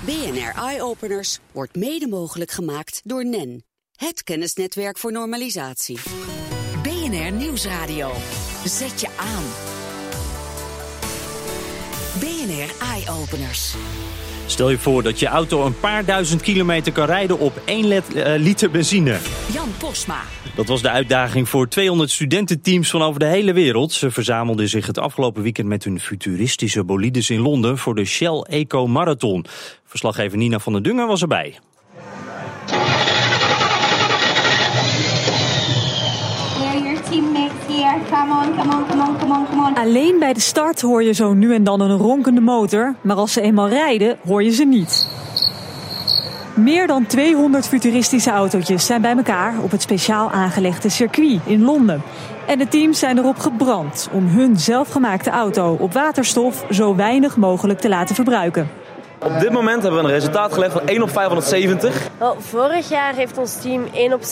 BNR Eye-Openers wordt mede mogelijk gemaakt door NEN. Het kennisnetwerk voor normalisatie. BNR Nieuwsradio. Zet je aan. BNR Eye-Openers. Stel je voor dat je auto een paar duizend kilometer kan rijden op 1 liter benzine. Jan Posma. Dat was de uitdaging voor 200 studententeams van over de hele wereld. Ze verzamelden zich het afgelopen weekend met hun futuristische bolides in Londen voor de Shell Eco Marathon. Verslaggever Nina van der Dungen was erbij. Alleen bij de start hoor je zo nu en dan een ronkende motor, maar als ze eenmaal rijden, hoor je ze niet. Meer dan 200 futuristische autootjes zijn bij elkaar op het speciaal aangelegde circuit in Londen. En de teams zijn erop gebrand om hun zelfgemaakte auto op waterstof zo weinig mogelijk te laten verbruiken. Op dit moment hebben we een resultaat gelegd van 1 op 570. Wel, vorig jaar heeft ons team 1 op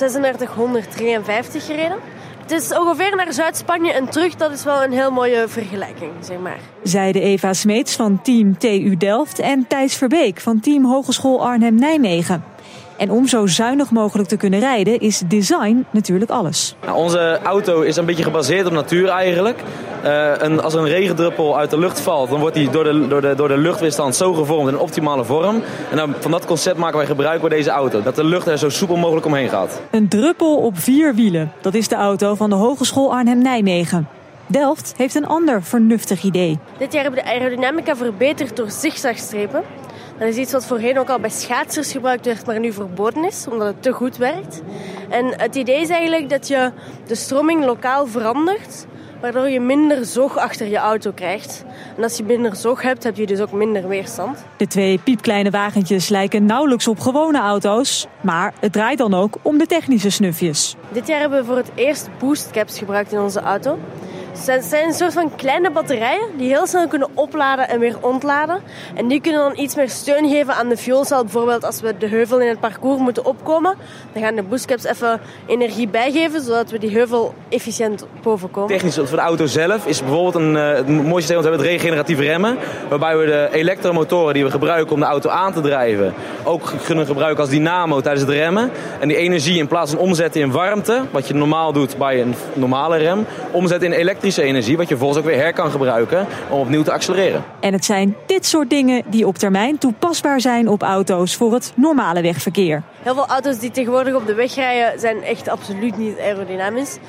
3653 gereden. Het is ongeveer naar Zuid-Spanje en terug, dat is wel een heel mooie vergelijking, zeg maar. Zeiden Eva Smeets van team TU Delft en Thijs Verbeek van team Hogeschool Arnhem-Nijmegen. En om zo zuinig mogelijk te kunnen rijden is design natuurlijk alles. Nou, onze auto is een beetje gebaseerd op natuur eigenlijk. Als er een regendruppel uit de lucht valt, dan wordt die door de luchtweerstand zo gevormd in een optimale vorm. En van dat concept maken wij gebruik bij deze auto. Dat de lucht er zo soepel mogelijk omheen gaat. Een druppel op 4 wielen. Dat is de auto van de Hogeschool Arnhem-Nijmegen. Delft heeft een ander vernuftig idee. Dit jaar hebben we de aerodynamica verbeterd door zigzagstrepen. Dat is iets wat voorheen ook al bij schaatsers gebruikt werd, maar nu verboden is, omdat het te goed werkt. En het idee is eigenlijk dat je de stroming lokaal verandert, waardoor je minder zog achter je auto krijgt. En als je minder zog hebt, heb je dus ook minder weerstand. De 2 piepkleine wagentjes lijken nauwelijks op gewone auto's, maar het draait dan ook om de technische snufjes. Dit jaar hebben we voor het eerst boostcaps gebruikt in onze auto. Het zijn een soort van kleine batterijen die heel snel kunnen opladen en weer ontladen. En die kunnen dan iets meer steun geven aan de fuelcel. Bijvoorbeeld als we de heuvel in het parcours moeten opkomen, dan gaan de boostcaps even energie bijgeven, zodat we die heuvel efficiënt bovenkomen. Technisch voor de auto zelf is bijvoorbeeld het mooiste systeem, want we hebben het regeneratieve remmen. Waarbij we de elektromotoren die we gebruiken om de auto aan te drijven ook kunnen gebruiken als dynamo tijdens het remmen. En die energie in plaats van omzetten in warmte, wat je normaal doet bij een normale rem, omzetten in elektrische energie, wat je vervolgens ook weer her kan gebruiken om opnieuw te accelereren. En het zijn dit soort dingen die op termijn toepasbaar zijn op auto's voor het normale wegverkeer. Heel veel auto's die tegenwoordig op de weg rijden zijn echt absoluut niet aerodynamisch.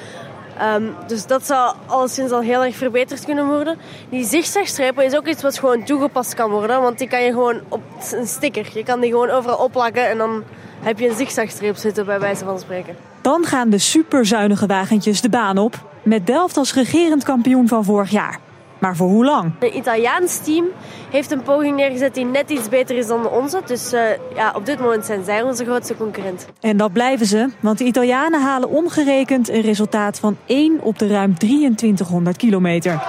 Dus dat zou alleszins al heel erg verbeterd kunnen worden. Die zigzagstrepen is ook iets wat gewoon toegepast kan worden, want die kan je gewoon op een sticker. Je kan die gewoon overal opplakken en dan heb je een zigzagstreep zitten, bij wijze van spreken. Dan gaan de superzuinige wagentjes de baan op, met Delft als regerend kampioen van vorig jaar. Maar voor hoe lang? Een Italiaans team heeft een poging neergezet die net iets beter is dan de onze. Dus op dit moment zijn zij onze grootste concurrent. En dat blijven ze, want de Italianen halen omgerekend een resultaat van 1 op de ruim 2300 kilometer.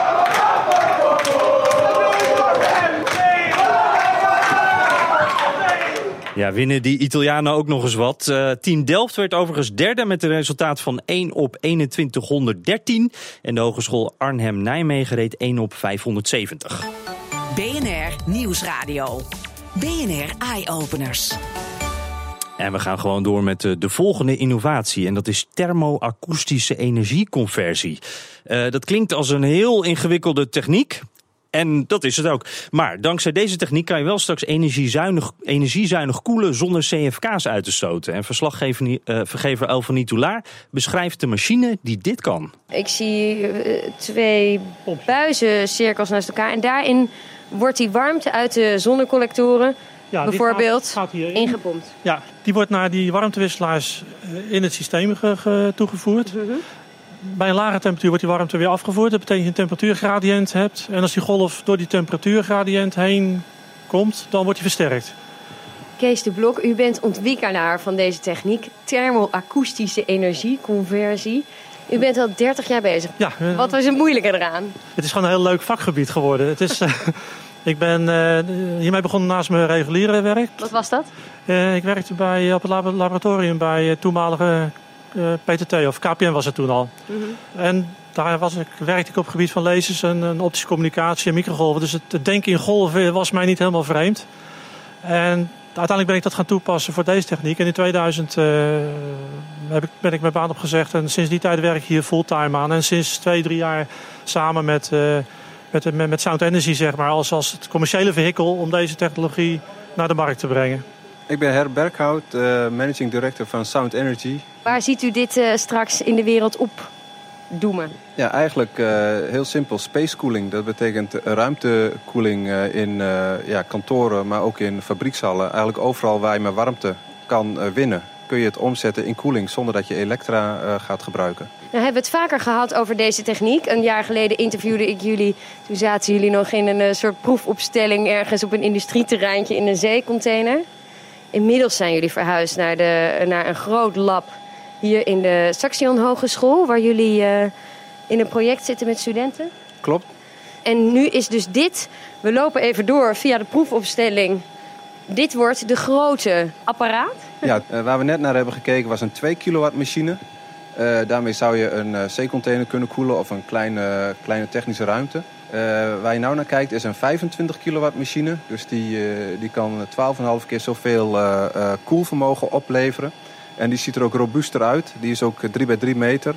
Ja, winnen die Italianen ook nog eens wat. Team Delft werd overigens derde met een resultaat van 1 op 2113. En de Hogeschool Arnhem-Nijmegen reed 1 op 570. BNR Nieuwsradio. BNR Eye-Openers. En we gaan gewoon door met de volgende innovatie. En dat is thermo-akoestische energieconversie. Dat klinkt als een heel ingewikkelde techniek. En dat is het ook. Maar dankzij deze techniek kan je wel straks energiezuinig koelen zonder CFK's uit te stoten. En verslaggever Elfanie Toulaar beschrijft de machine die dit kan. Ik zie 2 buizencirkels naast elkaar. En daarin wordt die warmte uit de zonnecollectoren bijvoorbeeld gaat ingepompt. Ja, die wordt naar die warmtewisselaars in het systeem toegevoerd. Mm-hmm. Bij een lage temperatuur wordt die warmte weer afgevoerd. Dat betekent dat je een temperatuurgradient hebt. En als die golf door die temperatuurgradient heen komt, dan wordt die versterkt. Kees de Blok, u bent ontwikkelaar van deze techniek. Thermo-akoestische energieconversie. U bent al 30 jaar bezig. Ja, wat was het moeilijke eraan? Het is gewoon een heel leuk vakgebied geworden. Het is, ik ben hiermee begonnen naast mijn reguliere werk. Wat was dat? Ik werkte op het laboratorium bij toenmalige PTT, of KPN was het toen al. Mm-hmm. En daar werkte ik op het gebied van lasers en optische communicatie en microgolven. Dus het denken in golven was mij niet helemaal vreemd. En uiteindelijk ben ik dat gaan toepassen voor deze techniek. En in 2000 ben ik mijn baan opgezegd. En sinds die tijd werk ik hier fulltime aan. En sinds 2-3 jaar samen met Sound Energy, zeg maar, als het commerciële vehikel om deze technologie naar de markt te brengen. Ik ben Her Berghout, managing director van Sound Energy. Waar ziet u dit straks in de wereld opdoemen? Ja, eigenlijk heel simpel. Space cooling, dat betekent ruimtekoeling in kantoren, maar ook in fabriekshallen. Eigenlijk overal waar je maar warmte kan winnen, kun je het omzetten in koeling zonder dat je elektra gaat gebruiken. Nou hebben we het vaker gehad over deze techniek. Een jaar geleden interviewde ik jullie. Toen zaten jullie nog in een soort proefopstelling ergens op een industrieterreintje in een zeecontainer. Inmiddels zijn jullie verhuisd naar een groot lab hier in de Saxion Hogeschool, waar jullie in een project zitten met studenten. Klopt. En nu is dus dit, we lopen even door via de proefopstelling. Dit wordt de grote apparaat. Ja, waar we net naar hebben gekeken was een 2 kilowatt machine. Daarmee zou je een zeecontainer kunnen koelen of een kleine technische ruimte. Waar je nou naar kijkt is een 25 kilowatt machine. Dus die kan 12,5 keer zoveel koelvermogen opleveren. En die ziet er ook robuuster uit. Die is ook 3 bij 3 meter.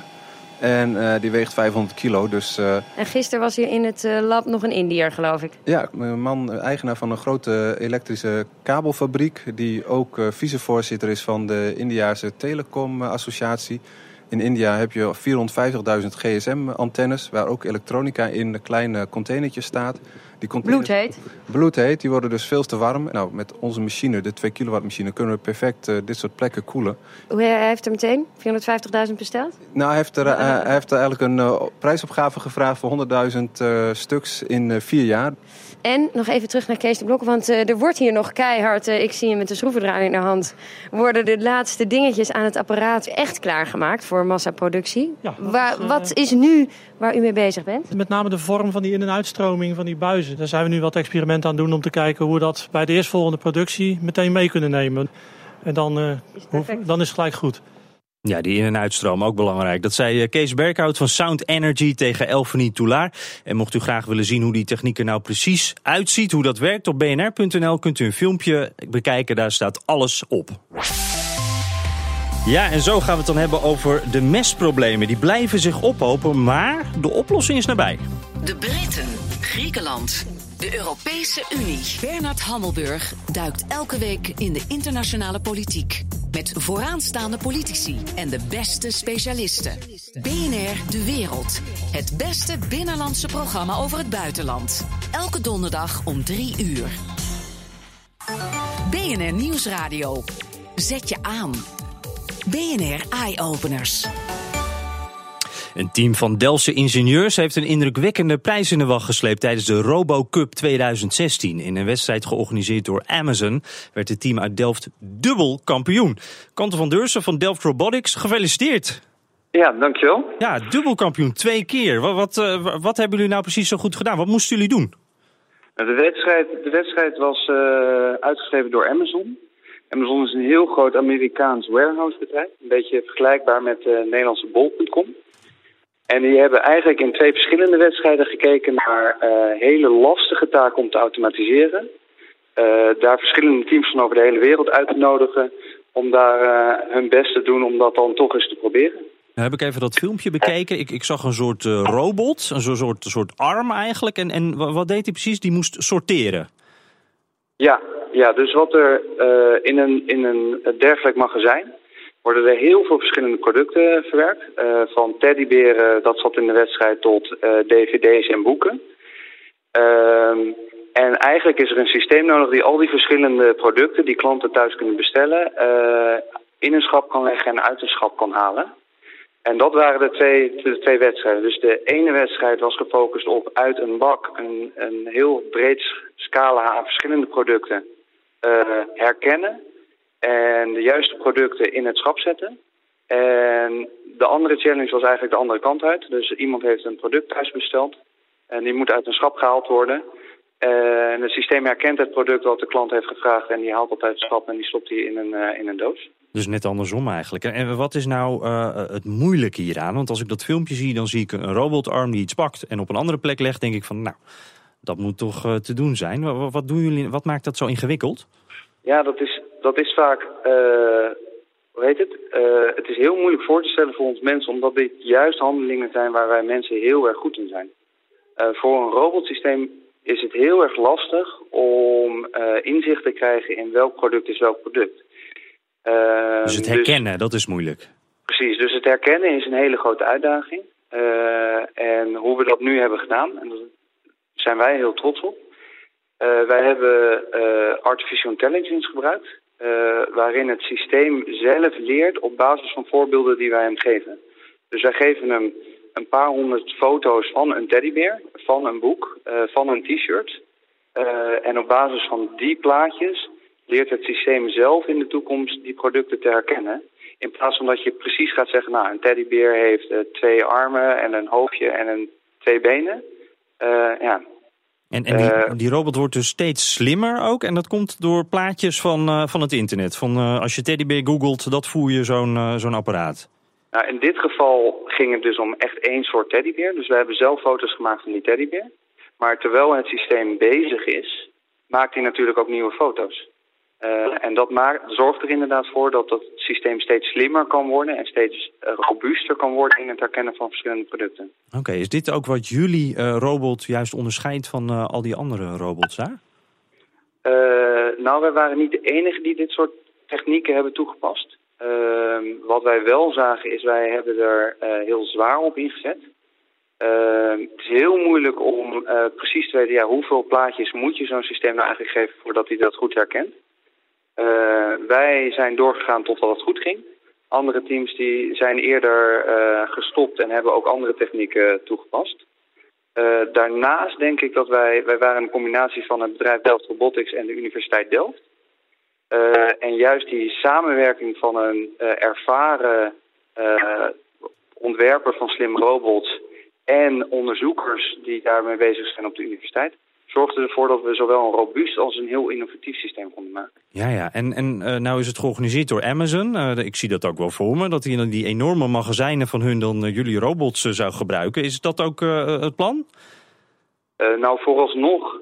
En die weegt 500 kilo. Dus, En gisteren was hier in het lab nog een Indiër, geloof ik. Ja, een man, eigenaar van een grote elektrische kabelfabriek. Die ook vicevoorzitter is van de Indiase Telecom Associatie. In India heb je 450.000 gsm-antennes, waar ook elektronica in kleine containertjes staat. Bloedheet. Bloedheet, die worden dus veel te warm. Nou, met onze machine, de 2 kilowatt machine, kunnen we perfect dit soort plekken koelen. Hij heeft er meteen 450.000 besteld? Nou, hij heeft er eigenlijk een prijsopgave gevraagd voor 100.000 stuks in 4 jaar. En nog even terug naar Kees de Blok, want er wordt hier nog keihard, ik zie hem met de schroevendraaier in de hand, worden de laatste dingetjes aan het apparaat echt klaargemaakt voor massaproductie. Ja, wat is nu waar u mee bezig bent? Met name de vorm van die in- en uitstroming van die buizen. Daar zijn we nu wat experimenten aan doen om te kijken hoe we dat bij de eerstvolgende productie meteen mee kunnen nemen. En dan is het gelijk goed. Ja, die in- en uitstroom, ook belangrijk. Dat zei Kees Berghout van Sound Energy tegen Elfanie Toulaar. En mocht u graag willen zien hoe die techniek er nou precies uitziet, hoe dat werkt, op bnr.nl kunt u een filmpje bekijken. Daar staat alles op. Ja, en zo gaan we het dan hebben over de mestproblemen. Die blijven zich ophopen, maar de oplossing is nabij. De Britten, Griekenland, de Europese Unie. Bernard Hammelburg duikt elke week in de internationale politiek. Met vooraanstaande politici en de beste specialisten. BNR De Wereld. Het beste binnenlandse programma over het buitenland. Elke donderdag om 3 uur. BNR Nieuwsradio. Zet je aan. BNR Eye-Openers. Een team van Delftse ingenieurs heeft een indrukwekkende prijs in de wacht gesleept tijdens de RoboCup 2016. In een wedstrijd georganiseerd door Amazon werd het team uit Delft dubbel kampioen. Kanten van Deursen van Delft Robotics, gefeliciteerd. Ja, dankjewel. Ja, dubbel kampioen, 2 keer. Wat hebben jullie nou precies zo goed gedaan? Wat moesten jullie doen? De wedstrijd was uitgeschreven door Amazon. Amazon is een heel groot Amerikaans warehousebedrijf. Een beetje vergelijkbaar met Nederlandse bol.com. En die hebben eigenlijk in 2 verschillende wedstrijden gekeken naar hele lastige taken om te automatiseren. Daar verschillende teams van over de hele wereld uit te nodigen om daar hun best te doen om dat dan toch eens te proberen. Nou heb ik even dat filmpje bekeken. Ik zag een soort robot, een soort arm eigenlijk. En wat deed hij precies? Die moest sorteren. Ja, dus wat er in een dergelijk magazijn worden er heel veel verschillende producten verwerkt. Van teddyberen, dat zat in de wedstrijd, tot dvd's en boeken. En eigenlijk is er een systeem nodig die al die verschillende producten die klanten thuis kunnen bestellen in een schap kan leggen en uit een schap kan halen. En dat waren de twee wedstrijden. Dus de ene wedstrijd was gefocust op uit een bak een heel breed scala aan verschillende producten herkennen. En de juiste producten in het schap zetten. En de andere challenge was eigenlijk de andere kant uit. Dus iemand heeft een product thuis besteld. En die moet uit een schap gehaald worden. En het systeem herkent het product wat de klant heeft gevraagd. En die haalt dat uit het schap en die stopt die in een doos. Dus net andersom eigenlijk. En wat is nou het moeilijke hieraan? Want als ik dat filmpje zie, dan zie ik een robotarm die iets pakt en op een andere plek legt. Denk ik van, nou, Dat moet toch te doen zijn? Wat doen jullie? Wat maakt dat zo ingewikkeld? Ja, dat is vaak... het is heel moeilijk voor te stellen voor ons mensen, omdat dit juist handelingen zijn waar wij mensen heel erg goed in zijn. Voor een robotsysteem is het heel erg lastig om inzicht te krijgen in welk product is welk product. Dus het herkennen, dat is moeilijk. Precies, dus het herkennen is een hele grote uitdaging. En hoe we dat nu hebben gedaan, en daar zijn wij heel trots op. Wij hebben artificial intelligence gebruikt, waarin het systeem zelf leert op basis van voorbeelden die wij hem geven. Dus wij geven hem een paar honderd foto's van een teddybeer, van een boek, van een t-shirt. En op basis van die plaatjes leert het systeem zelf in de toekomst die producten te herkennen. In plaats van dat je precies gaat zeggen, nou, een teddybeer heeft 2 armen en een hoofdje en 2 benen. En die robot wordt dus steeds slimmer ook. En dat komt door plaatjes van het internet. Als je teddybeer googelt, dat voer je zo'n apparaat. Nou, in dit geval ging het dus om echt 1 soort teddybeer. Dus we hebben zelf foto's gemaakt van die teddybeer. Maar terwijl het systeem bezig is, maakt hij natuurlijk ook nieuwe foto's. En dat zorgt er inderdaad voor dat het systeem steeds slimmer kan worden en steeds robuuster kan worden in het herkennen van verschillende producten. Oké, is dit ook wat jullie robot juist onderscheidt van al die andere robots daar? Nou, wij waren niet de enige die dit soort technieken hebben toegepast. Wat wij wel zagen is, wij hebben er heel zwaar op ingezet. Het is heel moeilijk om precies te weten, hoeveel plaatjes moet je zo'n systeem nou eigenlijk geven voordat hij dat goed herkent. Wij zijn doorgegaan totdat het goed ging. Andere teams die zijn eerder gestopt en hebben ook andere technieken toegepast. Daarnaast denk ik dat wij waren een combinatie van het bedrijf Delft Robotics en de Universiteit Delft. En juist die samenwerking van een ervaren ontwerper van slim robots en onderzoekers die daarmee bezig zijn op de universiteit, zorgde ervoor dat we zowel een robuust als een heel innovatief systeem konden maken. Ja. En nou is het georganiseerd door Amazon. Ik zie dat ook wel voor me, dat die enorme magazijnen van hun dan jullie robots zou gebruiken. Is dat ook het plan? Nou, vooralsnog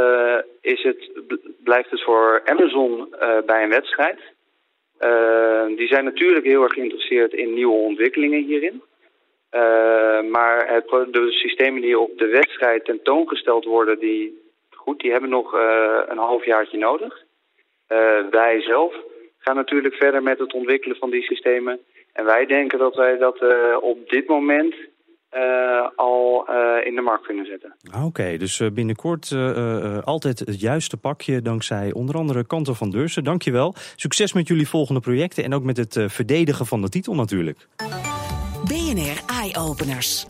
blijft het voor Amazon bij een wedstrijd. Die zijn natuurlijk heel erg geïnteresseerd in nieuwe ontwikkelingen hierin. Maar de systemen die op de wedstrijd tentoongesteld worden, die hebben nog een halfjaartje nodig. Wij zelf gaan natuurlijk verder met het ontwikkelen van die systemen. En wij denken dat wij dat op dit moment al in de markt kunnen zetten. Oké, dus binnenkort altijd het juiste pakje dankzij onder andere Kanten van Deursen. Dankjewel. Succes met jullie volgende projecten en ook met het verdedigen van de titel natuurlijk. BNR Eye-openers.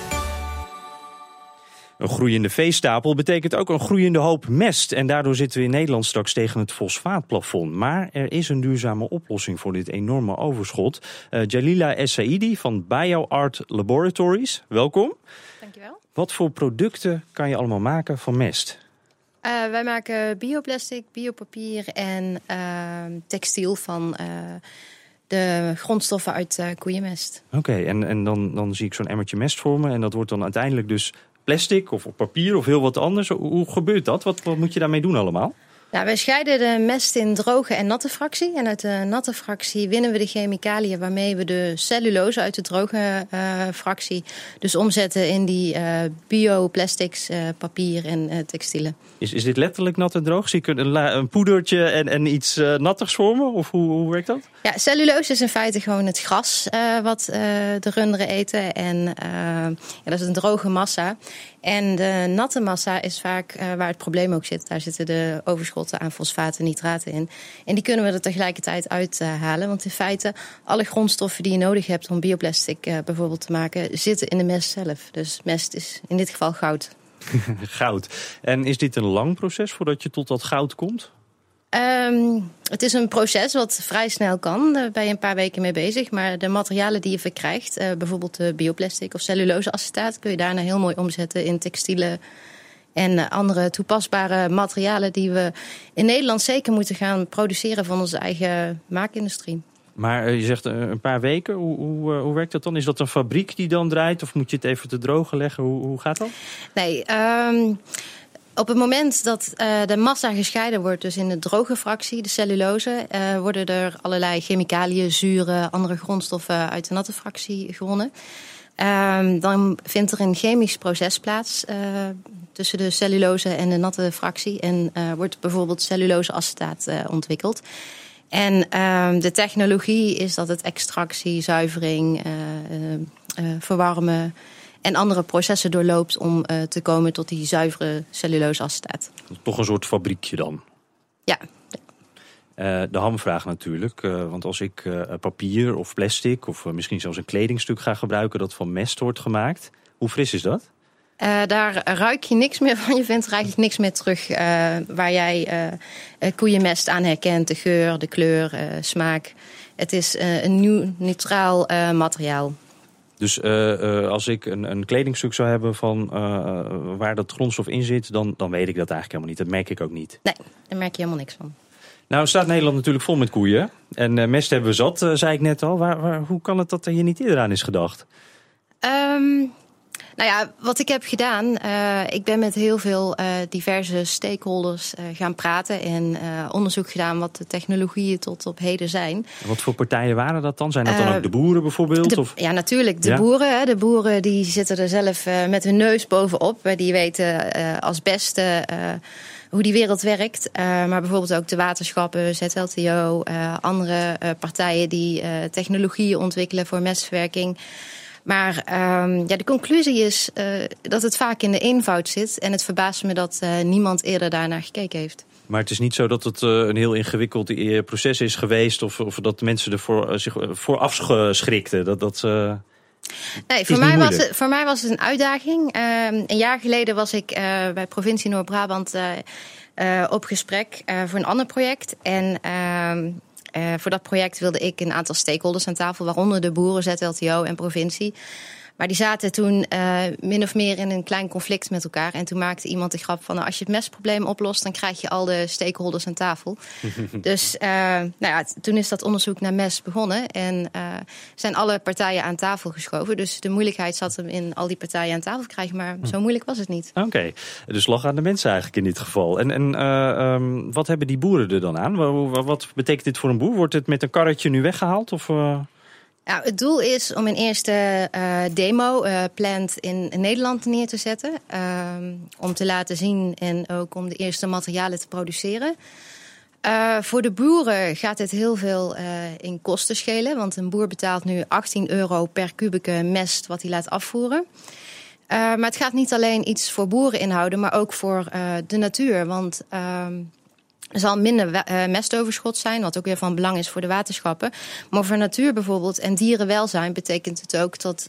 Een groeiende veestapel betekent ook een groeiende hoop mest. En daardoor zitten we in Nederland straks tegen het fosfaatplafond. Maar er is een duurzame oplossing voor dit enorme overschot. Jalila Essaidi van BioArt Laboratories, welkom. Dankjewel. Wat voor producten kan je allemaal maken van mest? Wij maken bioplastic, biopapier en textiel van de grondstoffen uit koeienmest. Oké, en dan zie ik zo'n emmertje mest voor me. En dat wordt dan uiteindelijk dus plastic of papier of heel wat anders. Hoe gebeurt dat? Wat moet je daarmee doen allemaal? Nou, wij scheiden de mest in droge en natte fractie. En uit de natte fractie winnen we de chemicaliën waarmee we de cellulose uit de droge fractie dus omzetten in die bioplastics, papier en textielen. Is dit letterlijk nat en droog? Zie ik een poedertje en iets nattigs voor me? Of hoe werkt dat? Ja, cellulose is in feite gewoon het gras wat de runderen eten. En dat is een droge massa. En de natte massa is vaak waar het probleem ook zit. Daar zitten de overschotten aan fosfaten en nitraten in. En die kunnen we er tegelijkertijd uithalen. Want in feite, alle grondstoffen die je nodig hebt om bioplastic bijvoorbeeld te maken, zitten in de mest zelf. Dus mest is in dit geval goud. Goud. En is dit een lang proces voordat je tot dat goud komt? Het is een proces wat vrij snel kan. Daar ben je een paar weken mee bezig. Maar de materialen die je verkrijgt, bijvoorbeeld de bioplastic of celluloseacetaat, kun je daarna heel mooi omzetten in textielen en andere toepasbare materialen die we in Nederland zeker moeten gaan produceren van onze eigen maakindustrie. Maar je zegt een paar weken. Hoe werkt dat dan? Is dat een fabriek die dan draait? Of moet je het even te drogen leggen? Hoe gaat dat? Nee, Op het moment dat de massa gescheiden wordt, dus in de droge fractie, de cellulose, worden er allerlei chemicaliën, zuren, andere grondstoffen uit de natte fractie gewonnen. Dan vindt er een chemisch proces plaats tussen de cellulose en de natte fractie. En wordt bijvoorbeeld celluloseacetaat ontwikkeld. En de technologie is dat het extractie, zuivering, verwarmen en andere processen doorloopt om te komen tot die zuivere celluloseacetaat. Toch een soort fabriekje dan? Ja. De hamvraag natuurlijk, want als ik papier of plastic of misschien zelfs een kledingstuk ga gebruiken dat van mest wordt gemaakt, hoe fris is dat? Daar ruik je niks meer van. Je vindt er eigenlijk niks meer terug waar jij koeienmest aan herkent. De geur, de kleur, smaak. Het is een nieuw, neutraal materiaal. Dus als ik een kledingstuk zou hebben van waar dat grondstof in zit, dan weet ik dat eigenlijk helemaal niet. Dat merk ik ook niet. Nee, daar merk je helemaal niks van. Nou staat Nederland natuurlijk vol met koeien. En mest hebben we zat, zei ik net al. Hoe kan het dat er hier niet eerder aan is gedacht? Nou ja, wat ik heb gedaan, ik ben met heel veel diverse stakeholders gaan praten en onderzoek gedaan wat de technologieën tot op heden zijn. Wat voor partijen waren dat dan? Zijn dat dan ook de boeren bijvoorbeeld? Ja, natuurlijk. De boeren. De boeren die zitten er zelf met hun neus bovenop. Die weten als beste hoe die wereld werkt. Maar bijvoorbeeld ook de waterschappen, ZLTO, andere partijen die technologieën ontwikkelen voor mestverwerking. Maar de conclusie is dat het vaak in de eenvoud zit. En het verbaast me dat niemand eerder daarnaar gekeken heeft. Maar het is niet zo dat het een heel ingewikkeld proces is geweest of dat mensen er zich voor afschrikten. Nee, voor mij was het een uitdaging. Een jaar geleden was ik bij provincie Noord-Brabant op gesprek voor een ander project. En voor dat project wilde ik een aantal stakeholders aan tafel, waaronder de boeren, ZLTO en provincie. Maar die zaten toen min of meer in een klein conflict met elkaar. En toen maakte iemand de grap van, als je het mestprobleem oplost, dan krijg je al de stakeholders aan tafel. Dus toen is dat onderzoek naar mest begonnen. En zijn alle partijen aan tafel geschoven. Dus de moeilijkheid zat hem in al die partijen aan tafel krijgen. Maar zo moeilijk was het niet. Oké, dus lag aan de mensen eigenlijk in dit geval. En wat hebben die boeren er dan aan? Wat betekent dit voor een boer? Wordt het met een karretje nu weggehaald? Of... Nou, het doel is om een eerste demo plant in Nederland neer te zetten. Om te laten zien en ook om de eerste materialen te produceren. Voor de boeren gaat het heel veel in kosten schelen. Want een boer betaalt nu €18 per kubieke mest wat hij laat afvoeren. Maar het gaat niet alleen iets voor boeren inhouden, maar ook voor de natuur. Want er zal minder mestoverschot zijn, wat ook weer van belang is voor de waterschappen. Maar voor natuur bijvoorbeeld en dierenwelzijn betekent het ook dat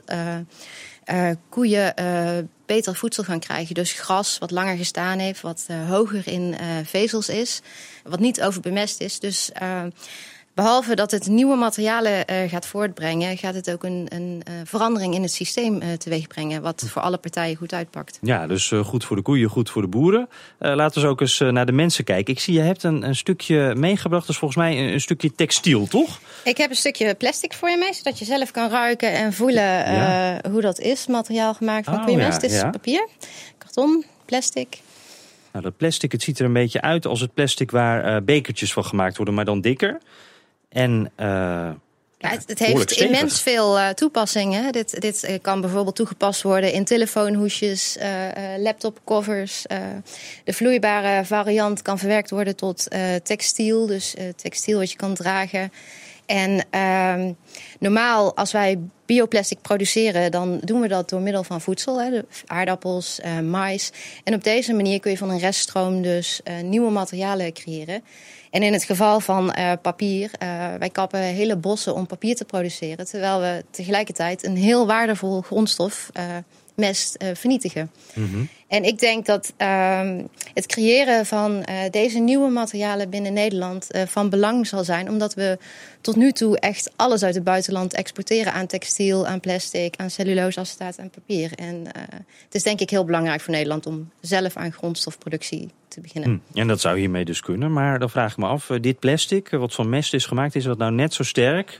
koeien beter voedsel gaan krijgen. Dus gras wat langer gestaan heeft, wat hoger in vezels is, wat niet overbemest is. Dus behalve dat het nieuwe materialen gaat voortbrengen, gaat het ook een verandering in het systeem teweeg brengen, wat voor alle partijen goed uitpakt. Ja, dus goed voor de koeien, goed voor de boeren. Laten we ook eens naar de mensen kijken. Ik zie, je hebt een stukje meegebracht, dus volgens mij een stukje textiel, toch? Ik heb een stukje plastic voor je mee, zodat je zelf kan ruiken en voelen hoe dat is. Materiaal gemaakt van koeienmest. Dit is papier, karton, plastic. Nou, dat plastic, het ziet er een beetje uit als het plastic waar bekertjes van gemaakt worden, maar dan dikker. En het heeft immens veel toepassingen. Dit kan bijvoorbeeld toegepast worden in telefoonhoesjes, laptopcovers. De vloeibare variant kan verwerkt worden tot textiel. Dus textiel wat je kan dragen. En normaal, als wij bioplastic produceren, dan doen we dat door middel van voedsel. Aardappels, mais. En op deze manier kun je van een reststroom dus nieuwe materialen creëren. En in het geval van papier, wij kappen hele bossen om papier te produceren, terwijl we tegelijkertijd een heel waardevol grondstof, mest, vernietigen. Mm-hmm. En ik denk dat het creëren van deze nieuwe materialen binnen Nederland van belang zal zijn, omdat we tot nu toe echt alles uit het buitenland exporteren aan textiel, aan plastic, aan celluloseacetaat en papier. En het is denk ik heel belangrijk voor Nederland om zelf aan grondstofproductie te beginnen. En dat zou hiermee dus kunnen, maar dan vraag ik me af, dit plastic wat van mest is gemaakt, is dat nou net zo sterk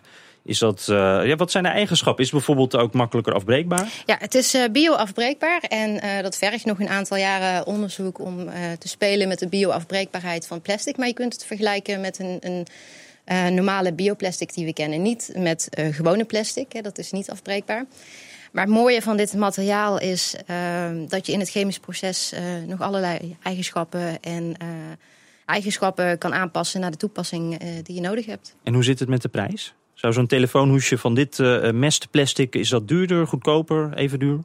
Is dat, wat zijn de eigenschappen? Is het bijvoorbeeld ook makkelijker afbreekbaar? Ja, het is bio-afbreekbaar en dat vergt nog een aantal jaren onderzoek om te spelen met de bio-afbreekbaarheid van plastic. Maar je kunt het vergelijken met een normale bioplastic die we kennen. Niet met gewone plastic, hè, dat is niet afbreekbaar. Maar het mooie van dit materiaal is dat je in het chemisch proces nog allerlei eigenschappen kan aanpassen naar de toepassing die je nodig hebt. En hoe zit het met de prijs? Zou zo'n telefoonhoesje van dit mestplastic, is dat duurder, goedkoper, even duur?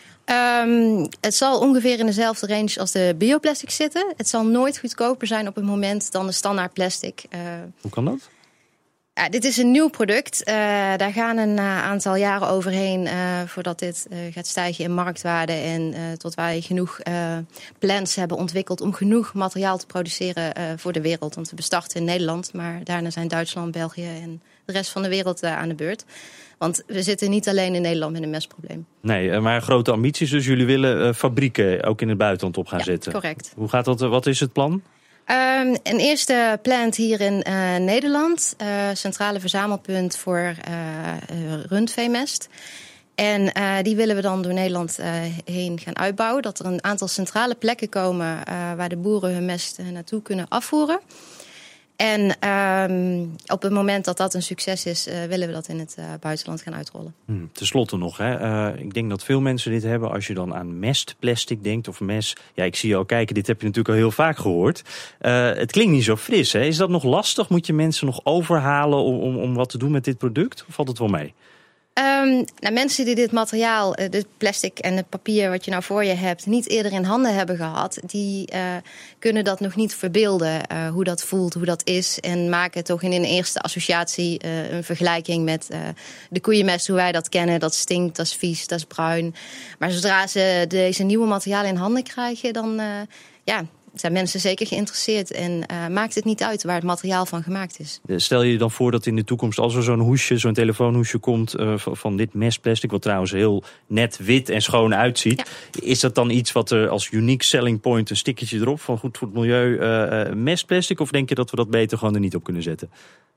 Het zal ongeveer in dezelfde range als de bioplastic zitten. Het zal nooit goedkoper zijn op het moment dan de standaard plastic. Hoe kan dat? Dit is een nieuw product. Daar gaan een aantal jaren overheen voordat dit gaat stijgen in marktwaarde. En tot wij genoeg plans hebben ontwikkeld om genoeg materiaal te produceren voor de wereld. Want we bestarten in Nederland, maar daarna zijn Duitsland, België en de rest van de wereld aan de beurt. Want we zitten niet alleen in Nederland met een mestprobleem. Nee, maar grote ambities. Dus jullie willen fabrieken ook in het buitenland op gaan zetten. Correct. Hoe gaat dat? Wat is het plan? Een eerste plant hier in Nederland. Centrale verzamelpunt voor rundveemest. En die willen we dan door Nederland heen gaan uitbouwen. Dat er een aantal centrale plekken komen waar de boeren hun mest naartoe kunnen afvoeren. En op het moment dat dat een succes is, willen we dat in het buitenland gaan uitrollen. Ten slotte nog, hè. Ik denk dat veel mensen dit hebben als je dan aan mestplastic denkt of mes. Ja, ik zie je al kijken, dit heb je natuurlijk al heel vaak gehoord. Het klinkt niet zo fris, hè. Is dat nog lastig? Moet je mensen nog overhalen om wat te doen met dit product? Of valt het wel mee? Mensen die dit materiaal, dit plastic en het papier wat je nou voor je hebt, niet eerder in handen hebben gehad, die kunnen dat nog niet verbeelden, hoe dat voelt, hoe dat is. En maken toch in een eerste associatie een vergelijking met de koeienmest, hoe wij dat kennen. Dat stinkt, dat is vies, dat is bruin. Maar zodra ze deze nieuwe materialen in handen krijgen, dan zijn mensen zeker geïnteresseerd en maakt het niet uit waar het materiaal van gemaakt is. Stel je dan voor dat in de toekomst, als er zo'n hoesje, zo'n telefoonhoesje komt van dit mestplastic, wat trouwens heel net wit en schoon uitziet. Ja. Is dat dan iets wat er als unique selling point, een stickertje erop van goed voor het milieu, mestplastic? Of denk je dat we dat beter gewoon er niet op kunnen zetten?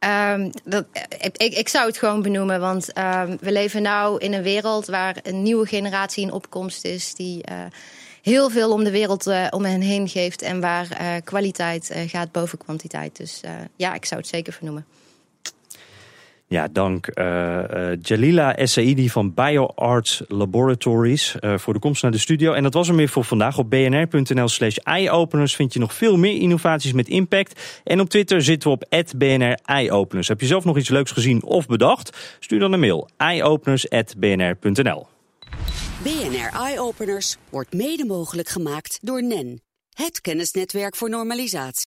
Ik zou het gewoon benoemen, want we leven nou in een wereld waar een nieuwe generatie in opkomst is die heel veel om de wereld om hen heen geeft en waar kwaliteit gaat boven kwantiteit. Dus ik zou het zeker vernoemen. Ja, dank Jalila Essaidi van BioArts Laboratories voor de komst naar de studio. En dat was hem weer voor vandaag. Op bnr.nl/eyeopeners vind je nog veel meer innovaties met impact. En op Twitter zitten we op @BNR-eyeopeners. Heb je zelf nog iets leuks gezien of bedacht? Stuur dan een mail eyeopeners@bnr.nl. BNR Eyeopeners wordt mede mogelijk gemaakt door NEN, het kennisnetwerk voor normalisatie.